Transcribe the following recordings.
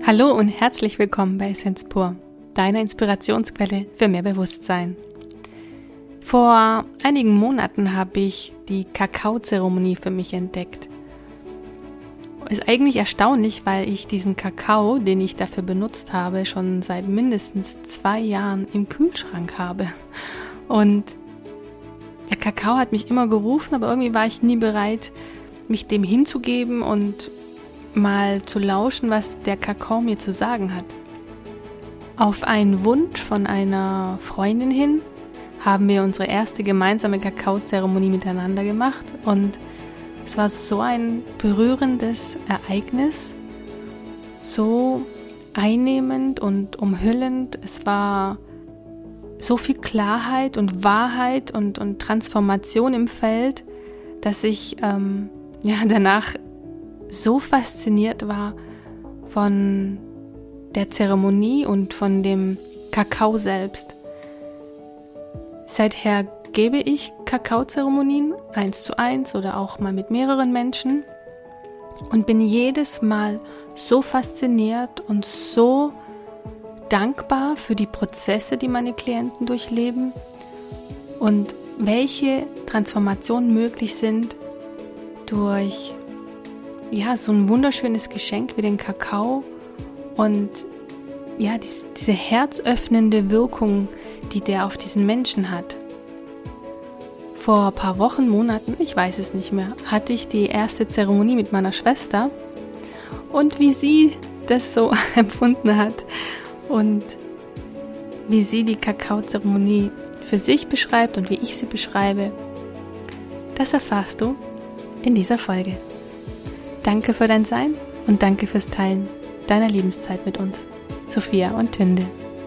Hallo und herzlich willkommen bei Essenz pur, deiner Inspirationsquelle für mehr Bewusstsein. Vor einigen Monaten habe ich die Kakaozeremonie für mich entdeckt. Ist eigentlich erstaunlich, weil ich diesen Kakao, den ich dafür benutzt habe, schon seit mindestens 2 Jahren im Kühlschrank habe. Und der Kakao hat mich immer gerufen, aber irgendwie war ich nie bereit, mich dem hinzugeben und mal zu lauschen, was der Kakao mir zu sagen hat. Auf einen Wunsch von einer Freundin hin haben wir unsere erste gemeinsame Kakaozeremonie miteinander gemacht und es war so ein berührendes Ereignis, so einnehmend und umhüllend. Es war so viel Klarheit und Wahrheit und Transformation im Feld, dass ich danach so fasziniert war von der Zeremonie und von dem Kakao selbst. Seither gebe ich Kakaozeremonien 1:1 oder auch mal mit mehreren Menschen und bin jedes Mal so fasziniert und so dankbar für die Prozesse, die meine Klienten durchleben und welche Transformationen möglich sind durch so ein wunderschönes Geschenk wie den Kakao und diese herzöffnende Wirkung, die der auf diesen Menschen hat. Vor ein paar Wochen, Monaten, ich weiß es nicht mehr, hatte ich die erste Zeremonie mit meiner Schwester und wie sie das so empfunden hat und wie sie die Kakaozeremonie für sich beschreibt und wie ich sie beschreibe, das erfährst du in dieser Folge. Danke für dein Sein und danke fürs Teilen deiner Lebenszeit mit uns. Sophia und Tünde.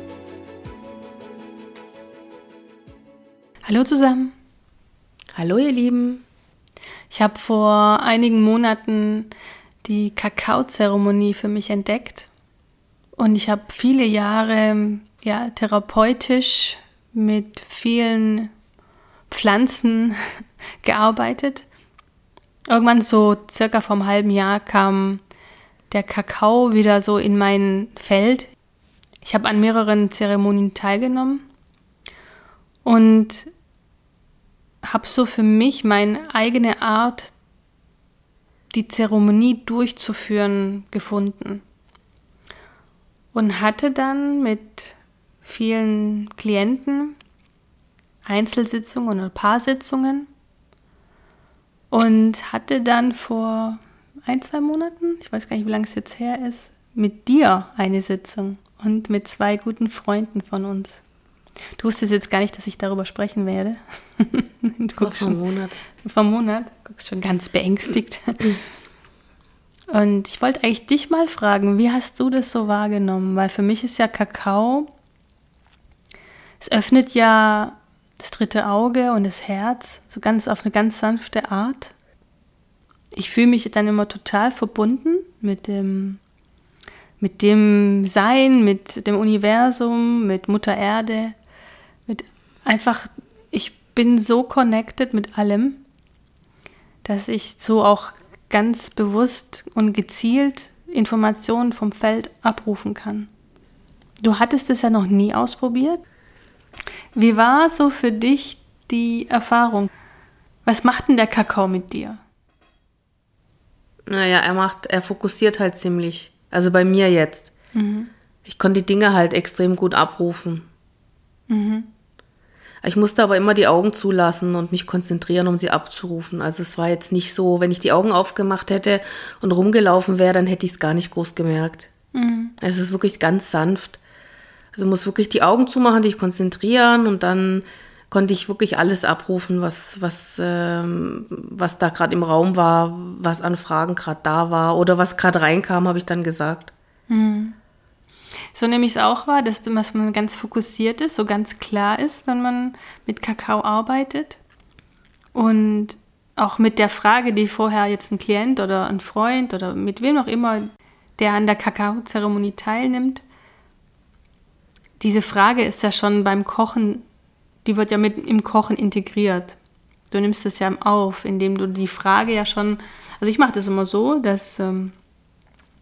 Hallo zusammen. Hallo ihr Lieben. Ich habe vor einigen Monaten die Kakaozeremonie für mich entdeckt und ich habe viele Jahre therapeutisch mit vielen Pflanzen gearbeitet. Irgendwann so circa vor einem halben Jahr kam der Kakao wieder so in mein Feld. Ich habe an mehreren Zeremonien teilgenommen und habe so für mich meine eigene Art, die Zeremonie durchzuführen, gefunden. Und hatte dann mit vielen Klienten Einzelsitzungen oder Paarsitzungen und hatte dann vor 1-2 Monaten, ich weiß gar nicht, wie lange es jetzt her ist, mit dir eine Sitzung und mit 2 guten Freunden von uns. Du wusstest jetzt gar nicht, dass ich darüber sprechen werde. Du guckst schon vor einem Monat. Guckst schon ganz beängstigt. Und ich wollte eigentlich dich mal fragen, wie hast du das so wahrgenommen? Weil für mich ist ja Kakao, es öffnet ja das 3. Auge und das Herz, so ganz auf eine ganz sanfte Art. Ich fühle mich dann immer total verbunden mit dem Sein, mit dem Universum, mit Mutter Erde, ich bin so connected mit allem, dass ich so auch ganz bewusst und gezielt Informationen vom Feld abrufen kann. Du hattest es ja noch nie ausprobiert. Wie war so für dich die Erfahrung? Was macht denn der Kakao mit dir? Naja, er fokussiert halt ziemlich. Also bei mir jetzt. Mhm. Ich konnte die Dinge halt extrem gut abrufen. Mhm. Ich musste aber immer die Augen zulassen und mich konzentrieren, um sie abzurufen. Also es war jetzt nicht so, wenn ich die Augen aufgemacht hätte und rumgelaufen wäre, dann hätte ich es gar nicht groß gemerkt. Mhm. Es ist wirklich ganz sanft. Also muss wirklich die Augen zumachen, dich konzentrieren und dann konnte ich wirklich alles abrufen, was da gerade im Raum war, was an Fragen gerade da war oder was gerade reinkam, habe ich dann gesagt. Mhm. So nehme ich es auch wahr, dass man ganz fokussiert ist, so ganz klar ist, wenn man mit Kakao arbeitet. Und auch mit der Frage, die vorher jetzt ein Klient oder ein Freund oder mit wem auch immer, der an der Kakaozeremonie teilnimmt, diese Frage ist ja schon beim Kochen, die wird ja mit im Kochen integriert. Du nimmst es ja auf, indem du die Frage ja schon, also ich mache das immer so, dass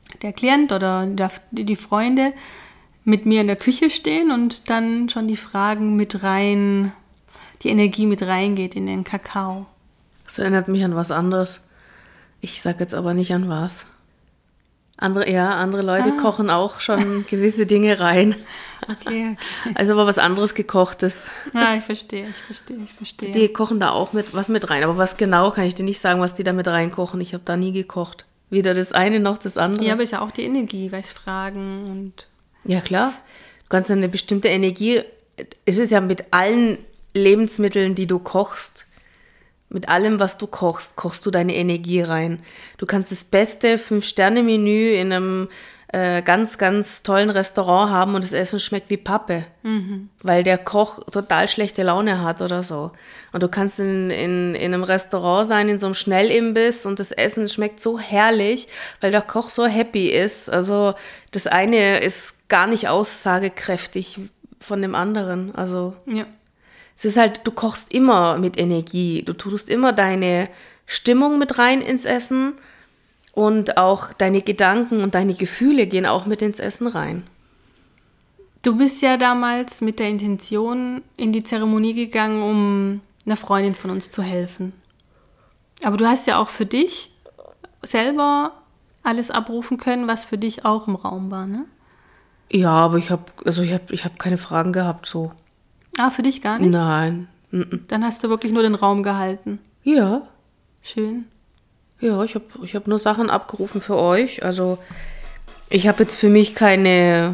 der Klient oder die Freunde mit mir in der Küche stehen und dann schon die Fragen mit rein, die Energie mit reingeht in den Kakao. Das erinnert mich an was anderes. Ich sag jetzt aber nicht an was. Andere Leute kochen auch schon gewisse Dinge rein. Okay. Also aber was anderes Gekochtes. Ja, ich verstehe. Die kochen da auch was mit rein. Aber was genau, kann ich dir nicht sagen, was die da mit reinkochen. Ich habe da nie gekocht. Weder das eine noch das andere. Ja, aber ist ja auch die Energie, weil ich fragen und... Ja, klar. Du kannst eine bestimmte Energie... Es ist ja mit allen Lebensmitteln, die du kochst, mit allem, was du kochst, kochst du deine Energie rein. Du kannst das beste 5-Sterne-Menü in einem ganz, ganz tollen Restaurant haben und das Essen schmeckt wie Pappe, weil der Koch total schlechte Laune hat oder so. Und du kannst in einem Restaurant sein, in so einem Schnellimbiss und das Essen schmeckt so herrlich, weil der Koch so happy ist. Also das eine ist gar nicht aussagekräftig von dem anderen. Also ja. Es ist halt, du kochst immer mit Energie. Du tust immer deine Stimmung mit rein ins Essen und auch deine Gedanken und deine Gefühle gehen auch mit ins Essen rein. Du bist ja damals mit der Intention in die Zeremonie gegangen, um einer Freundin von uns zu helfen. Aber du hast ja auch für dich selber alles abrufen können, was für dich auch im Raum war, ne? Ja, aber ich hab keine Fragen gehabt, so. Ah, für dich gar nicht? Nein. Dann hast du wirklich nur den Raum gehalten. Ja. Schön. Ja, ich hab nur Sachen abgerufen für euch. Also ich habe jetzt für mich keine...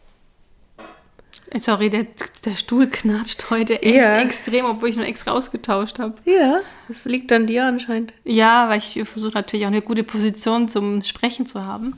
Sorry, der Stuhl knatscht heute echt extrem, obwohl ich noch extra ausgetauscht habe. Ja, das liegt an dir anscheinend. Ja, weil ich versuche natürlich auch eine gute Position zum Sprechen zu haben.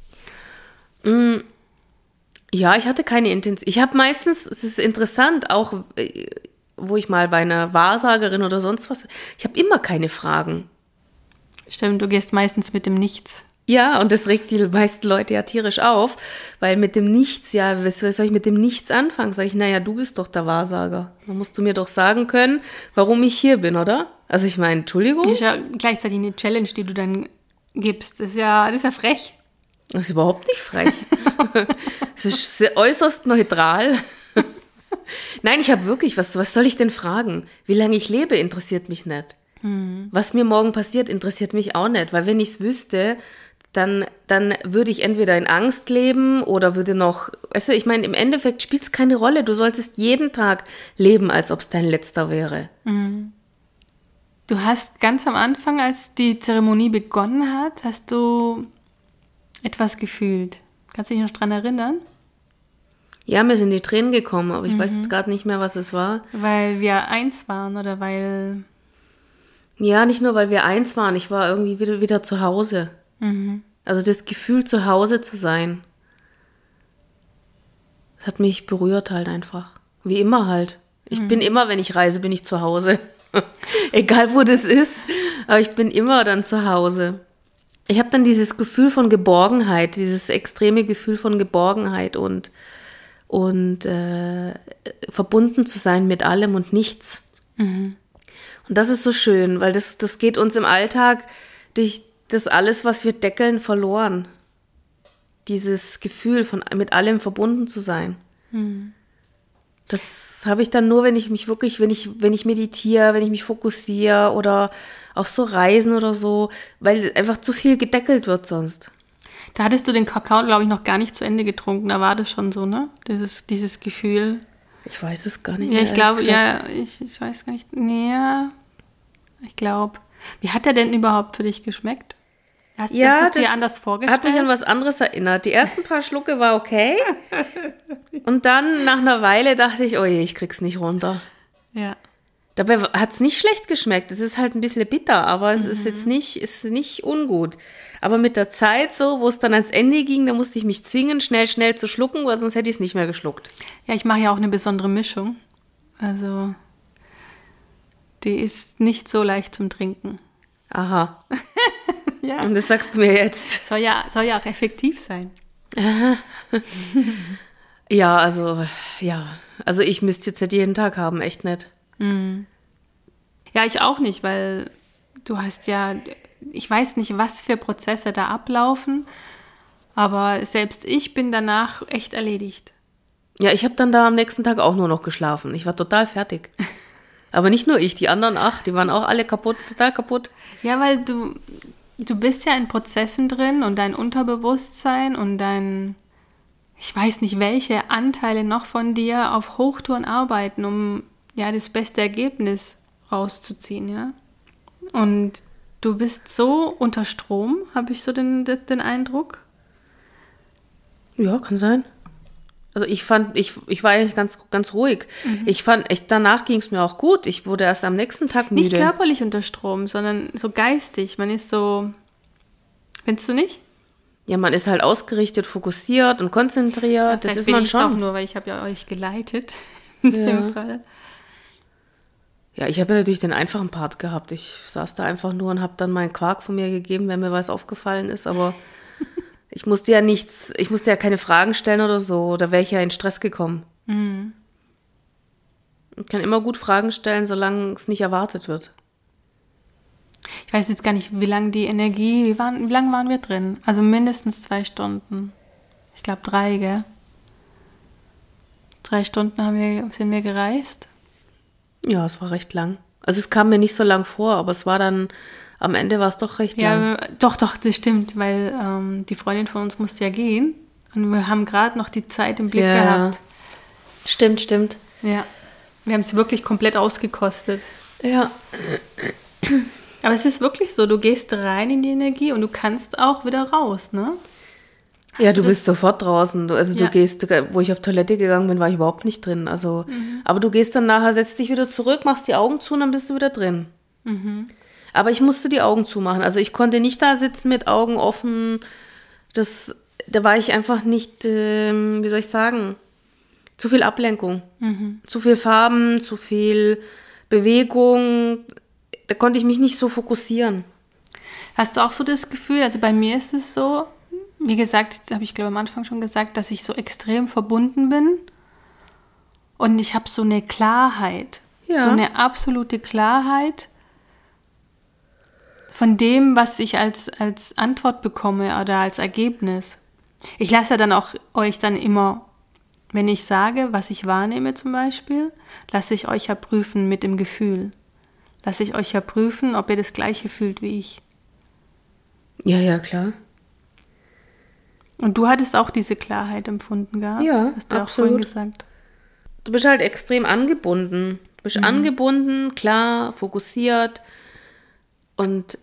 Ja, ich hatte keine Intention. Ich habe meistens, es ist interessant, auch wo ich mal bei einer Wahrsagerin oder sonst was, ich habe immer keine Fragen. Stimmt, du gehst meistens mit dem Nichts. Ja, und das regt die meisten Leute ja tierisch auf, weil mit dem Nichts, ja, was soll ich mit dem Nichts anfangen? Sag ich, naja, du bist doch der Wahrsager. Dann musst du mir doch sagen können, warum ich hier bin, oder? Also ich meine, Entschuldigung. Das ist ja gleichzeitig eine Challenge, die du dann gibst. Das ist ja frech. Das ist überhaupt nicht frech. Es ist äußerst neutral. Nein, ich habe wirklich, was soll ich denn fragen? Wie lange ich lebe, interessiert mich nicht. Was mir morgen passiert, interessiert mich auch nicht. Weil wenn ich es wüsste, dann würde ich entweder in Angst leben oder würde noch, weißt du, ich meine, im Endeffekt spielt es keine Rolle. Du solltest jeden Tag leben, als ob es dein letzter wäre. Du hast ganz am Anfang, als die Zeremonie begonnen hat, hast du etwas gefühlt. Kannst du dich noch dran erinnern? Ja, mir sind die Tränen gekommen, aber ich weiß jetzt gerade nicht mehr, was es war. Weil wir eins waren oder weil... Ja, nicht nur, weil wir eins waren. Ich war irgendwie wieder zu Hause. Also das Gefühl, zu Hause zu sein. Das hat mich berührt halt einfach. Wie immer halt. Ich bin immer, wenn ich reise, bin ich zu Hause. Egal, wo das ist. Aber ich bin immer dann zu Hause. Ich habe dann dieses Gefühl von Geborgenheit, dieses extreme Gefühl von Geborgenheit und verbunden zu sein mit allem und nichts. Und das ist so schön, weil das geht uns im Alltag durch das alles, was wir deckeln, verloren. Dieses Gefühl von mit allem verbunden zu sein. Das habe ich dann nur, wenn ich mich wirklich, wenn ich meditiere, wenn ich mich fokussiere oder auf so Reisen oder so, weil einfach zu viel gedeckelt wird sonst. Da hattest du den Kakao, glaube ich, noch gar nicht zu Ende getrunken. Da war das schon so, ne? Dieses Gefühl. Ich weiß es gar nicht mehr. Ja, ich glaube, gesagt. ich weiß gar nicht. Nee, ich glaube. Wie hat der denn überhaupt für dich geschmeckt? Hast du es dir anders vorgestellt? Hat mich an was anderes erinnert. Die ersten paar Schlucke war okay. Und dann nach einer Weile dachte ich, oh je, ich krieg's nicht runter. Ja. Dabei hat es nicht schlecht geschmeckt. Es ist halt ein bisschen bitter, aber es ist jetzt nicht ungut. Aber mit der Zeit so, wo es dann ans Ende ging, da musste ich mich zwingen, schnell zu schlucken, weil sonst hätte ich es nicht mehr geschluckt. Ja, ich mache ja auch eine besondere Mischung. Also, die ist nicht so leicht zum Trinken. Aha. Ja. Und das sagst du mir jetzt. Soll ja auch effektiv sein. Ja, also ich müsste jetzt nicht jeden Tag haben, echt nicht. Ja, ich auch nicht, weil du hast ja, ich weiß nicht, was für Prozesse da ablaufen, Aber selbst ich bin danach echt erledigt. Ja, ich habe dann da am nächsten Tag auch nur noch geschlafen. Ich war total fertig. Aber nicht nur ich, die anderen 8, die waren auch alle kaputt, total kaputt. Ja, weil du bist ja in Prozessen drin und dein Unterbewusstsein und ich weiß nicht, welche Anteile noch von dir auf Hochtouren arbeiten, um ja das beste Ergebnis rauszuziehen, ja. Und du bist so unter Strom, habe ich so den Eindruck. Ja, kann sein. Also ich war eigentlich ganz ruhig. Ich fand, echt, danach ging es mir auch gut. Ich wurde erst am nächsten Tag müde. Nicht körperlich unter Strom, sondern so geistig. Man ist so, findest du nicht? Ja, man ist halt ausgerichtet, fokussiert und konzentriert. Ja, das ist man schon. Auch nur, weil ich habe ja euch geleitet in dem Fall. Ja, ich habe ja natürlich den einfachen Part gehabt. Ich saß da einfach nur und habe dann meinen Quark von mir gegeben, wenn mir was aufgefallen ist. Aber ich musste ja keine Fragen stellen oder so. Da wäre ich ja in Stress gekommen. Mhm. Ich kann immer gut Fragen stellen, solange es nicht erwartet wird. Ich weiß jetzt gar nicht, wie lange wie lange waren wir drin? Also mindestens 2 Stunden. Ich glaube 3, gell? 3 Stunden sind wir gereist. Ja, es war recht lang. Also es kam mir nicht so lang vor, aber es war dann, am Ende war es doch recht lang. Ja, doch, das stimmt, weil die Freundin von uns musste ja gehen und wir haben gerade noch die Zeit im Blick gehabt. Stimmt. Ja, wir haben es wirklich komplett ausgekostet. Ja. Aber es ist wirklich so, du gehst rein in die Energie und du kannst auch wieder raus, ne? Ja, du bist sofort draußen. Du gehst, wo ich auf Toilette gegangen bin, war ich überhaupt nicht drin. Also, aber du gehst dann nachher, setzt dich wieder zurück, machst die Augen zu und dann bist du wieder drin. Mhm. Aber ich musste die Augen zumachen. Also ich konnte nicht da sitzen mit Augen offen. Da war ich einfach nicht, wie soll ich sagen, zu viel Ablenkung. Mhm. Zu viel Farben, zu viel Bewegung. Da konnte ich mich nicht so fokussieren. Hast du auch so das Gefühl, also bei mir ist es so, wie gesagt, das habe ich glaube am Anfang schon gesagt, dass ich so extrem verbunden bin und ich habe so eine Klarheit, so eine absolute Klarheit von dem, was ich als Antwort bekomme oder als Ergebnis. Ich lasse ja dann auch euch dann immer, wenn ich sage, was ich wahrnehme zum Beispiel, lasse ich euch ja prüfen mit dem Gefühl. Lasse ich euch ja prüfen, ob ihr das Gleiche fühlt wie ich. Ja, klar. Und du hattest auch diese Klarheit empfunden gehabt? Ja, hast du absolut. Auch vorhin gesagt. Du bist halt extrem angebunden. Du bist angebunden, klar, fokussiert und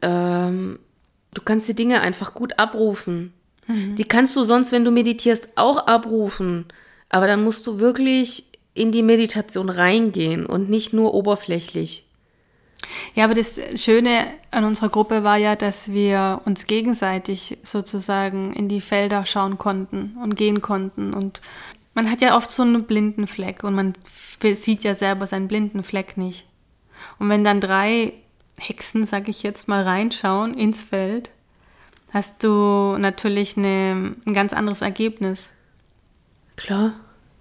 du kannst die Dinge einfach gut abrufen. Mhm. Die kannst du sonst, wenn du meditierst, auch abrufen. Aber dann musst du wirklich in die Meditation reingehen und nicht nur oberflächlich. Ja, aber das Schöne an unserer Gruppe war ja, dass wir uns gegenseitig sozusagen in die Felder schauen konnten und gehen konnten. Und man hat ja oft so einen blinden Fleck und man sieht ja selber seinen blinden Fleck nicht. Und wenn dann 3 Hexen, sag ich jetzt mal, reinschauen ins Feld, hast du natürlich ein ganz anderes Ergebnis. Klar.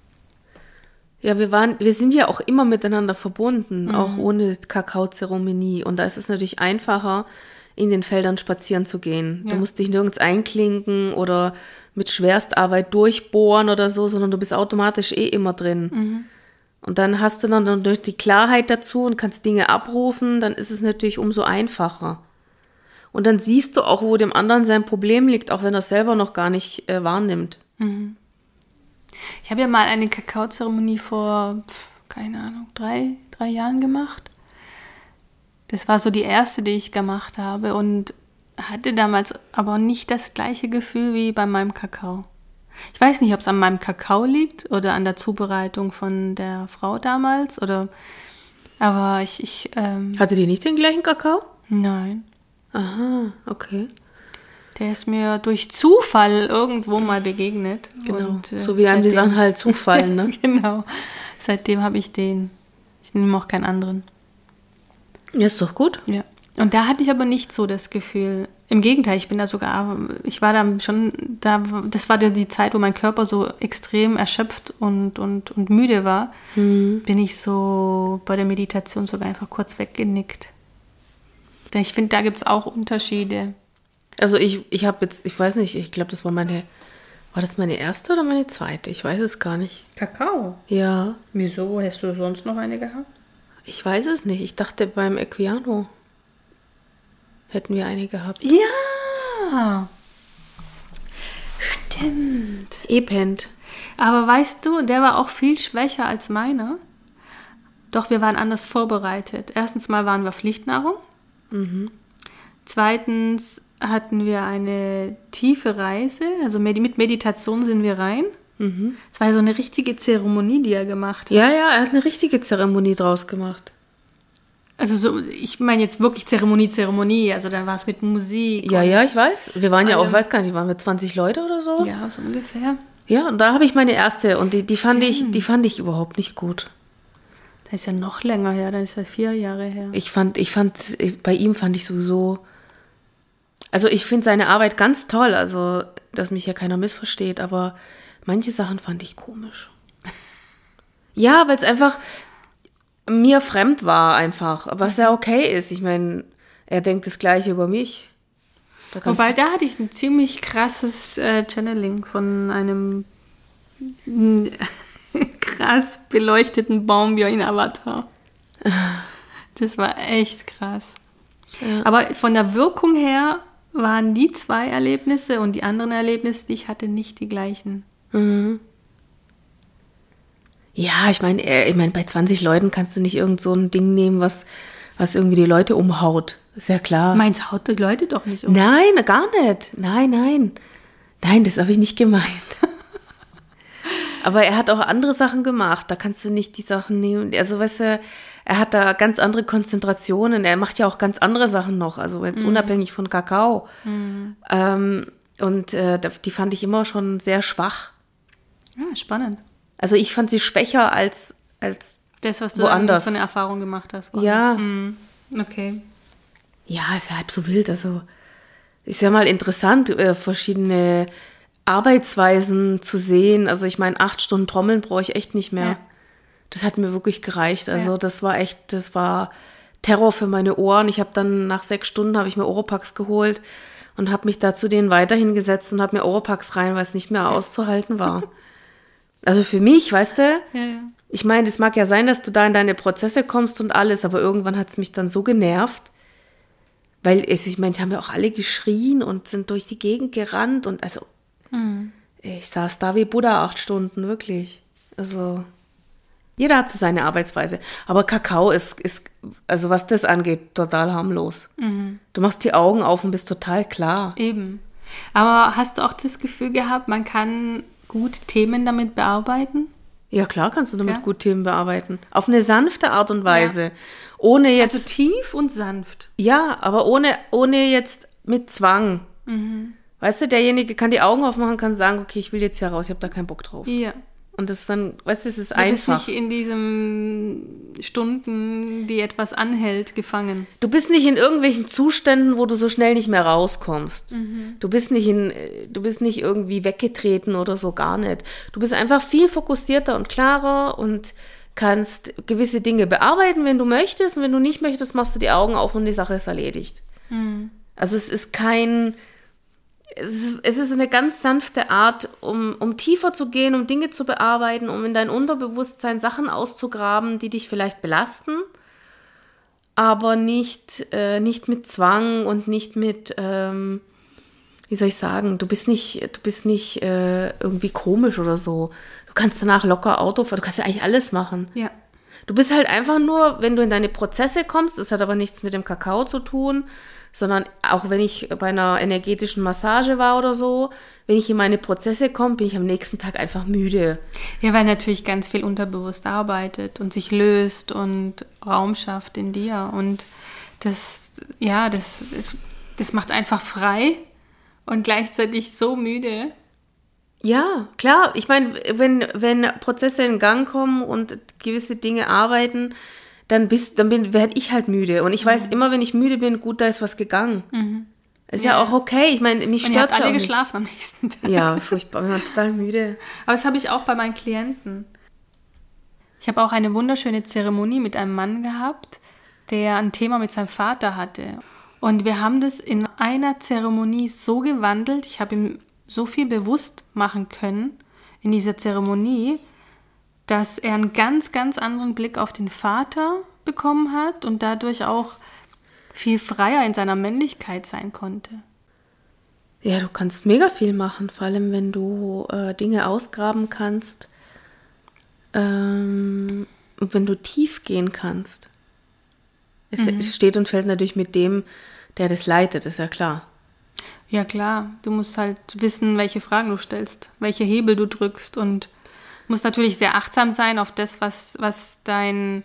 Ja, wir sind ja auch immer miteinander verbunden, auch ohne Kakaozeremonie. Und da ist es natürlich einfacher, in den Feldern spazieren zu gehen. Ja. Du musst dich nirgends einklinken oder mit Schwerstarbeit durchbohren oder so, sondern du bist automatisch immer drin. Mhm. Und dann hast du dann durch die Klarheit dazu und kannst Dinge abrufen, dann ist es natürlich umso einfacher. Und dann siehst du auch, wo dem anderen sein Problem liegt, auch wenn er es selber noch gar nicht wahrnimmt. Mhm. Ich habe ja mal eine Kakaozeremonie vor, keine Ahnung, 3 Jahren gemacht. Das war so die erste, die ich gemacht habe und hatte damals aber nicht das gleiche Gefühl wie bei meinem Kakao. Ich weiß nicht, ob es an meinem Kakao liegt oder an der Zubereitung von der Frau damals aber ich Hatte die nicht den gleichen Kakao? Nein. Aha, okay. Der ist mir durch Zufall irgendwo mal begegnet. Genau, und, so wie einem die Sachen halt zufallen, ne? Genau. Seitdem habe ich den. Ich nehme auch keinen anderen. Ja, ist doch gut. Ja. Und da hatte ich aber nicht so das Gefühl. Im Gegenteil, ich war da schon, das war die Zeit, wo mein Körper so extrem erschöpft und müde war. Mhm. Bin ich so bei der Meditation sogar einfach kurz weggenickt. Ich finde, da gibt es auch Unterschiede. Also ich habe jetzt, ich weiß nicht, ich glaube, das war meine War das meine erste oder meine zweite? Ich weiß es gar nicht. Kakao? Ja. Wieso? Hast du sonst noch eine gehabt? Ich weiß es nicht. Ich dachte, beim Equiano hätten wir eine gehabt. Ja. Stimmt. Epent. Aber weißt du, der war auch viel schwächer als meiner. Doch wir waren anders vorbereitet. Erstens mal waren wir Pflichtnahrung. Zweitens hatten wir eine tiefe Reise. Also mit Meditation sind wir rein. Es war so eine richtige Zeremonie, die er gemacht hat. Ja, er hat eine richtige Zeremonie draus gemacht. Also so, ich meine jetzt wirklich Zeremonie. Also da war es mit Musik. Ja, ich weiß. Wir waren ja auch, weiß gar nicht, waren wir 20 Leute oder so? Ja, so ungefähr. Ja, und da habe ich meine erste und die fand ich überhaupt nicht gut. Das ist ja noch länger her, das ist ja 4 Jahre her. Bei ihm fand ich sowieso, also ich finde seine Arbeit ganz toll, also dass mich ja keiner missversteht, aber manche Sachen fand ich komisch. Ja, weil es einfach mir fremd war einfach, was ja okay ist. Ich meine, er denkt das Gleiche über mich. Wobei, da hatte ich ein ziemlich krasses Channeling von einem krass beleuchteten Baum-Avatar. Das war echt krass. Ja. Aber von der Wirkung her waren die 2 Erlebnisse und die anderen Erlebnisse, die ich hatte, nicht die gleichen. Ja, ich meine, bei 20 Leuten kannst du nicht irgend so ein Ding nehmen, was irgendwie die Leute umhaut. Ist ja klar. Meins haut die Leute doch nicht um. Nein, gar nicht. Nein, das habe ich nicht gemeint. Aber er hat auch andere Sachen gemacht. Da kannst du nicht die Sachen nehmen. Also, weißt du, er hat da ganz andere Konzentrationen. Er macht ja auch ganz andere Sachen noch. Also, jetzt unabhängig von Kakao. Die fand ich immer schon sehr schwach. Ja, spannend. Also, ich fand sie schwächer als das, was du woanders von der Erfahrung gemacht hast. Woanders. Ja. Okay. Ja, ist ja halb so wild. Also, ist ja mal interessant, verschiedene Arbeitsweisen zu sehen. Also ich meine, 8 Stunden Trommeln brauche ich echt nicht mehr. Ja. Das hat mir wirklich gereicht. Also das war Terror für meine Ohren. Ich habe dann nach 6 Stunden habe ich mir Oropax geholt und habe mich da zu denen weiterhin gesetzt und habe mir Oropax rein, weil es nicht mehr auszuhalten war. Also für mich, weißt du, ich meine, das mag ja sein, dass du da in deine Prozesse kommst und alles, aber irgendwann hat es mich dann so genervt, weil ich meine, die haben ja auch alle geschrien und sind durch die Gegend gerannt und also ich saß da wie Buddha 8 Stunden, wirklich. Also, jeder hat so seine Arbeitsweise. Aber Kakao ist, also was das angeht, total harmlos. Du machst die Augen auf und bist total klar. Eben. Aber hast du auch das Gefühl gehabt, man kann gut Themen damit bearbeiten? Ja, klar kannst du damit gut Themen bearbeiten. Auf eine sanfte Art und Weise. Ja. Ohne jetzt. Also tief und sanft. Ja, aber ohne jetzt mit Zwang. Weißt du, derjenige kann die Augen aufmachen, kann sagen, okay, ich will jetzt hier raus, ich habe da keinen Bock drauf. Ja. Und das ist dann, weißt du, es ist einfach. Du bist nicht in diesen Stunden, die etwas anhält, gefangen. Du bist nicht in irgendwelchen Zuständen, wo du so schnell nicht mehr rauskommst. Du bist nicht irgendwie weggetreten oder so, gar nicht. Du bist einfach viel fokussierter und klarer und kannst gewisse Dinge bearbeiten, wenn du möchtest. Und wenn du nicht möchtest, machst du die Augen auf und die Sache ist erledigt. Also es ist es ist eine ganz sanfte Art, um tiefer zu gehen, um Dinge zu bearbeiten, um in dein Unterbewusstsein Sachen auszugraben, die dich vielleicht belasten, aber nicht mit Zwang und nicht mit, wie soll ich sagen, du bist nicht irgendwie komisch oder so. Du kannst danach locker Auto fahren, du kannst ja eigentlich alles machen. Ja. Du bist halt einfach nur, wenn du in deine Prozesse kommst, das hat aber nichts mit dem Kakao zu tun, sondern auch wenn ich bei einer energetischen Massage war oder so, wenn ich in meine Prozesse komme, bin ich am nächsten Tag einfach müde. Ja, weil natürlich ganz viel unterbewusst arbeitet und sich löst und Raum schafft in dir. Und das macht einfach frei und gleichzeitig so müde. Ja, klar. Ich meine, wenn Prozesse in Gang kommen und gewisse Dinge arbeiten, dann werde ich halt müde. Und ich weiß immer, wenn ich müde bin, gut, da ist was gegangen. Ist ja auch okay. Ich meine, mich stört es ja auch nicht. Geschlafen am nächsten Tag. Ja, furchtbar. Wir waren total müde. Aber das habe ich auch bei meinen Klienten. Ich habe auch eine wunderschöne Zeremonie mit einem Mann gehabt, der ein Thema mit seinem Vater hatte. Und wir haben das in einer Zeremonie so gewandelt. Ich habe ihm so viel bewusst machen können in dieser Zeremonie, dass er einen ganz, ganz anderen Blick auf den Vater bekommen hat und dadurch auch viel freier in seiner Männlichkeit sein konnte. Ja, du kannst mega viel machen, vor allem wenn du Dinge ausgraben kannst und wenn du tief gehen kannst. Es steht und fällt natürlich mit dem, der das leitet, ist ja klar. Ja klar, du musst halt wissen, welche Fragen du stellst, welche Hebel du drückst und musst natürlich sehr achtsam sein auf das, was der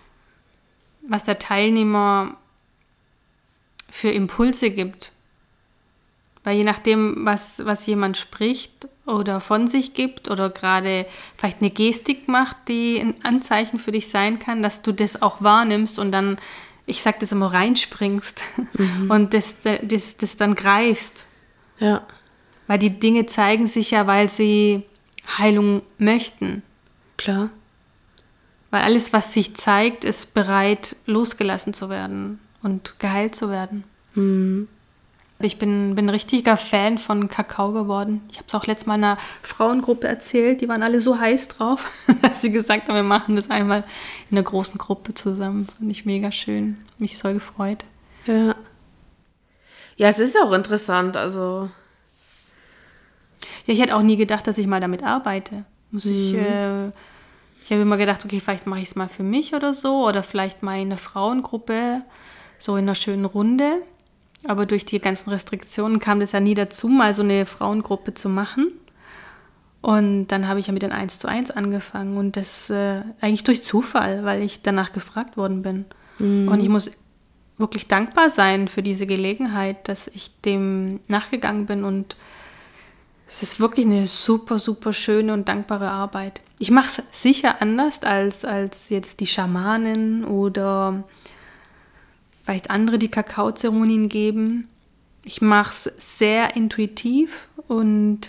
Teilnehmer für Impulse gibt. Weil je nachdem, was jemand spricht oder von sich gibt oder gerade vielleicht eine Gestik macht, die ein Anzeichen für dich sein kann, dass du das auch wahrnimmst und dann, ich sag das immer, reinspringst und das dann greifst. Ja. Weil die Dinge zeigen sich ja, weil sie Heilung möchten. Klar. Weil alles, was sich zeigt, ist bereit, losgelassen zu werden und geheilt zu werden. Mhm. Ich bin ein richtiger Fan von Kakao geworden. Ich habe es auch letztes Mal einer Frauengruppe erzählt. Die waren alle so heiß drauf, dass sie gesagt haben, wir machen das einmal in einer großen Gruppe zusammen. Fand ich mega schön. Mich so gefreut. Ja. Ja, es ist auch interessant. Also ja, ich hätte auch nie gedacht, dass ich mal damit arbeite. Ich habe immer gedacht, okay, vielleicht mache ich es mal für mich oder so. Oder vielleicht mal in einer Frauengruppe, so in einer schönen Runde. Aber durch die ganzen Restriktionen kam das ja nie dazu, mal so eine Frauengruppe zu machen. Und dann habe ich ja mit den 1:1 angefangen und das eigentlich durch Zufall, weil ich danach gefragt worden bin. Und ich muss wirklich dankbar sein für diese Gelegenheit, dass ich dem nachgegangen bin und es ist wirklich eine super, super schöne und dankbare Arbeit. Ich mache es sicher anders als jetzt die Schamanen oder vielleicht andere, die Kakaozeremonien geben. Ich mache es sehr intuitiv und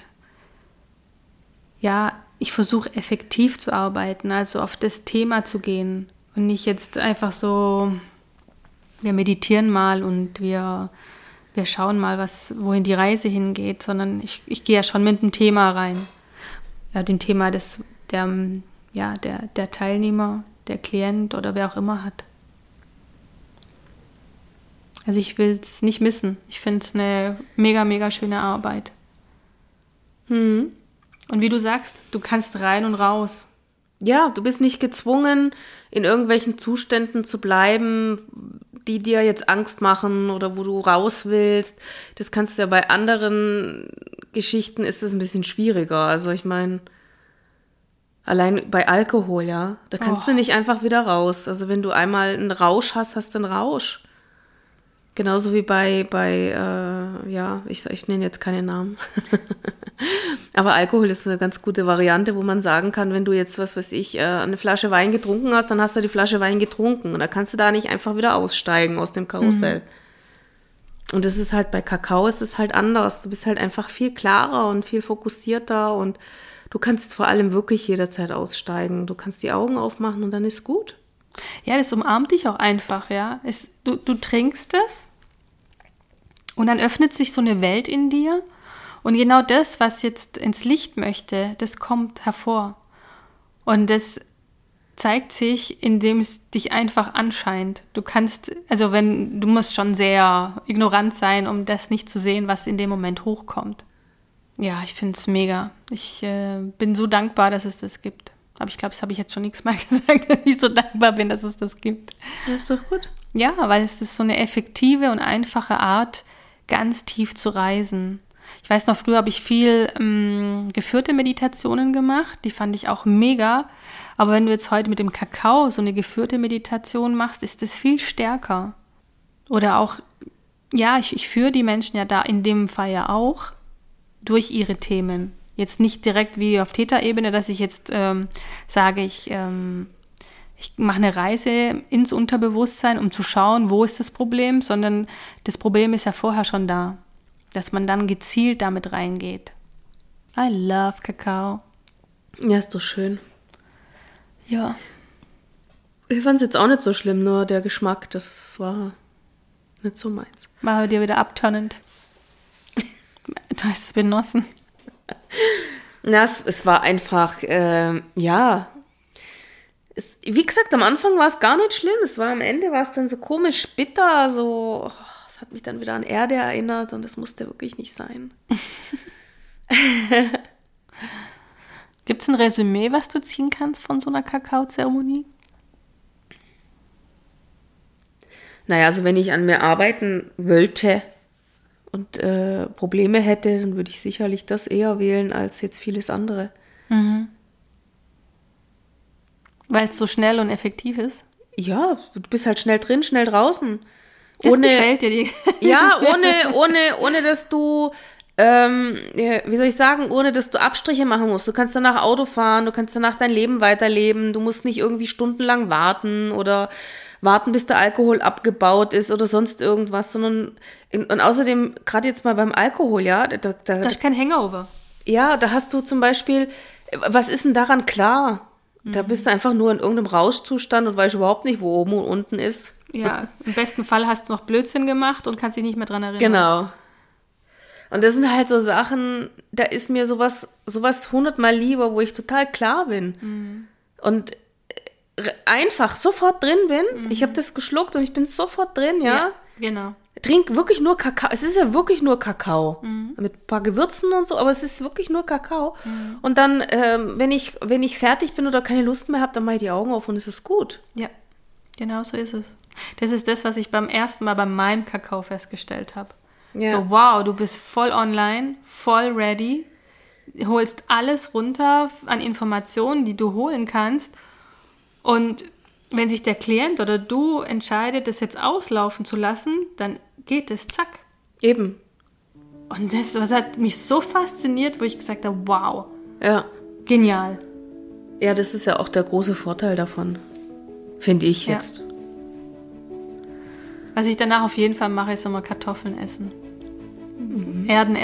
ja, ich versuche effektiv zu arbeiten, also auf das Thema zu gehen und nicht jetzt einfach so, wir meditieren mal und wir schauen mal, wohin die Reise hingeht, sondern ich gehe ja schon mit dem Thema rein. Ja, dem Thema der Teilnehmer, der Klient oder wer auch immer hat. Also ich will es nicht missen. Ich finde es eine mega, mega schöne Arbeit. Und wie du sagst, du kannst rein und raus. Ja, du bist nicht gezwungen, in irgendwelchen Zuständen zu bleiben, die dir jetzt Angst machen oder wo du raus willst. Das kannst du ja bei anderen Geschichten ist es ein bisschen schwieriger. Also ich meine, allein bei Alkohol, ja, da kannst du nicht einfach wieder raus. Also wenn du einmal einen Rausch hast, hast du einen Rausch. Genauso wie bei ich nenne jetzt keine Namen. Aber Alkohol ist eine ganz gute Variante, wo man sagen kann, wenn du jetzt, was weiß ich, eine Flasche Wein getrunken hast, dann hast du die Flasche Wein getrunken. Und da kannst du da nicht einfach wieder aussteigen aus dem Karussell. Und das ist halt, bei Kakao ist es halt anders. Du bist halt einfach viel klarer und viel fokussierter und du kannst vor allem wirklich jederzeit aussteigen. Du kannst die Augen aufmachen und dann ist gut. Ja, das umarmt dich auch einfach, ja. Du trinkst es und dann öffnet sich so eine Welt in dir und genau das, was jetzt ins Licht möchte, das kommt hervor. Und das zeigt sich, indem es dich einfach anscheint. Du musst schon sehr ignorant sein, um das nicht zu sehen, was in dem Moment hochkommt. Ja, ich finde es mega. Ich bin so dankbar, dass es das gibt. Aber ich glaube, das habe ich jetzt schon x-mal gesagt, dass ich so dankbar bin, dass es das gibt. Das ist doch gut. Ja, weil es ist so eine effektive und einfache Art, ganz tief zu reisen. Ich weiß noch, früher habe ich viel geführte Meditationen gemacht. Die fand ich auch mega. Aber wenn du jetzt heute mit dem Kakao so eine geführte Meditation machst, ist das viel stärker. Oder auch, ja, ich führe die Menschen ja da in dem Fall ja auch durch ihre Themen. Jetzt nicht direkt wie auf Theta-Ebene, dass ich jetzt sage, ich mache eine Reise ins Unterbewusstsein, um zu schauen, wo ist das Problem, sondern das Problem ist ja vorher schon da, dass man dann gezielt damit reingeht. I love Kakao. Ja, ist doch schön. Ja. Ich fand es jetzt auch nicht so schlimm, nur der Geschmack, das war nicht so meins. War dir wieder abturnend. Du hast es genossen. Na, es war einfach, ja. Wie gesagt, am Anfang war es gar nicht schlimm. Am Ende war es dann so komisch bitter, so, es hat mich dann wieder an Erde erinnert und das musste wirklich nicht sein. Gibt es ein Resümee, was du ziehen kannst von so einer Kakaozeremonie? Naja, also wenn ich an mir arbeiten wollte und Probleme hätte, dann würde ich sicherlich das eher wählen als jetzt vieles andere. Mhm. Weil es so schnell und effektiv ist? Ja, du bist halt schnell drin, schnell draußen. Das gefällt dir. Ja, ohne dass du, wie soll ich sagen, ohne dass du Abstriche machen musst. Du kannst danach Auto fahren, du kannst danach dein Leben weiterleben, du musst nicht irgendwie stundenlang warten, bis der Alkohol abgebaut ist oder sonst irgendwas, sondern, und außerdem, gerade jetzt mal beim Alkohol, ja. Da ist kein Hangover. Ja, da hast du zum Beispiel, was ist denn daran klar? Da bist du einfach nur in irgendeinem Rauschzustand und weißt überhaupt nicht, wo oben und unten ist. Ja, im besten Fall hast du noch Blödsinn gemacht und kannst dich nicht mehr dran erinnern. Genau. Und das sind halt so Sachen, da ist mir sowas 100-mal lieber, wo ich total klar bin. Mhm. Und einfach sofort drin bin. Ich habe das geschluckt und ich bin sofort drin, ja? Genau. Trink wirklich nur Kakao. Es ist ja wirklich nur Kakao. Mit ein paar Gewürzen und so, aber es ist wirklich nur Kakao. Und dann, wenn ich fertig bin oder keine Lust mehr habe, dann mache ich die Augen auf und es ist gut. Ja, genau so ist es. Das ist das, was ich beim ersten Mal bei meinem Kakao festgestellt habe. Ja. So, wow, du bist voll online, voll ready, holst alles runter an Informationen, die du holen kannst. Und wenn sich der Klient oder du entscheidet, das jetzt auslaufen zu lassen, dann geht es zack. Eben. Und das hat mich so fasziniert, wo ich gesagt habe, wow. Ja. Genial. Ja, das ist ja auch der große Vorteil davon. Finde ich jetzt. Ja. Was ich danach auf jeden Fall mache, ist immer Kartoffeln essen. Erden.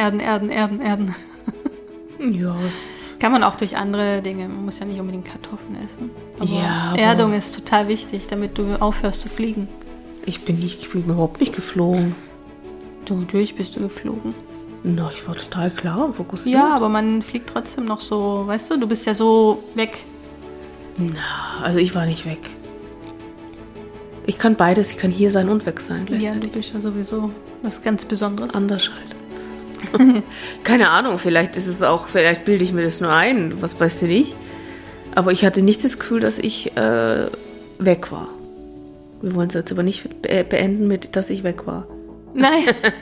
Ja. Kann man auch durch andere Dinge. Man muss ja nicht unbedingt Kartoffeln essen. Aber Erdung ist total wichtig, damit du aufhörst zu fliegen. Ich bin überhaupt nicht geflogen. Natürlich bist du geflogen. Na, ich war total klar und fokussiert. Ja, aber man fliegt trotzdem noch so, weißt du bist ja so weg. Na, also ich war nicht weg. Ich kann beides, ich kann hier sein und weg sein gleichzeitig. Ja, du bist ja sowieso was ganz Besonderes. Anders halt. Keine Ahnung, vielleicht bilde ich mir das nur ein, was weißt du nicht. Aber ich hatte nicht das Gefühl, dass ich weg war. Wir wollen es jetzt aber nicht beenden mit, dass ich weg war. Nein.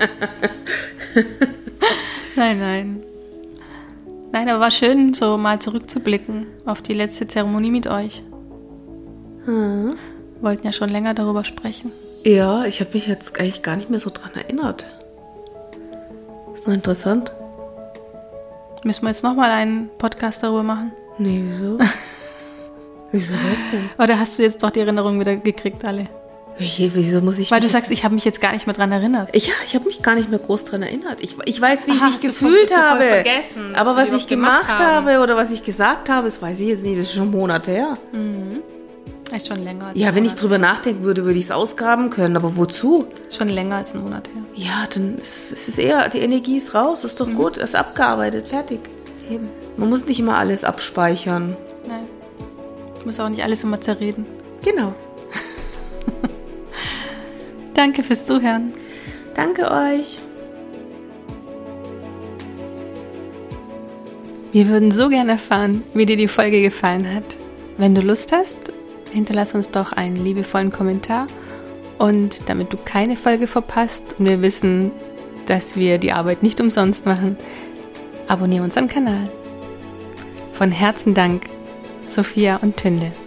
Nein. Nein, aber war schön, so mal zurückzublicken auf die letzte Zeremonie mit euch. Wir wollten ja schon länger darüber sprechen. Ja, ich habe mich jetzt eigentlich gar nicht mehr so dran erinnert. Ist noch interessant. Müssen wir jetzt nochmal einen Podcast darüber machen? Nee, wieso? Wieso das denn? Oder hast du jetzt doch die Erinnerung wieder gekriegt, alle? Wieso muss ich... Weil du sagst, ich habe mich jetzt gar nicht mehr dran erinnert. Ja, ich habe mich gar nicht mehr groß dran erinnert. Ich weiß, wie ich mich gefühlt habe. Voll vergessen, aber was ich gemacht habe oder was ich gesagt habe, das weiß ich jetzt nicht. Das ist schon Monate her. Mhm. Das ist schon länger als Ja, wenn ich drüber nachdenken würde ich es ausgraben können. Aber wozu? Schon länger als einen Monat her. Ja, dann ist es eher, die Energie ist raus. Ist doch gut, ist abgearbeitet, fertig. Eben. Man muss nicht immer alles abspeichern. Nein. Ich muss auch nicht alles immer zerreden. Genau. Danke fürs Zuhören. Danke euch. Wir würden so gerne erfahren, wie dir die Folge gefallen hat. Wenn du Lust hast, hinterlass uns doch einen liebevollen Kommentar. Und damit du keine Folge verpasst und wir wissen, dass wir die Arbeit nicht umsonst machen, abonniere unseren Kanal. Von Herzen Dank, Sophia und Tünde.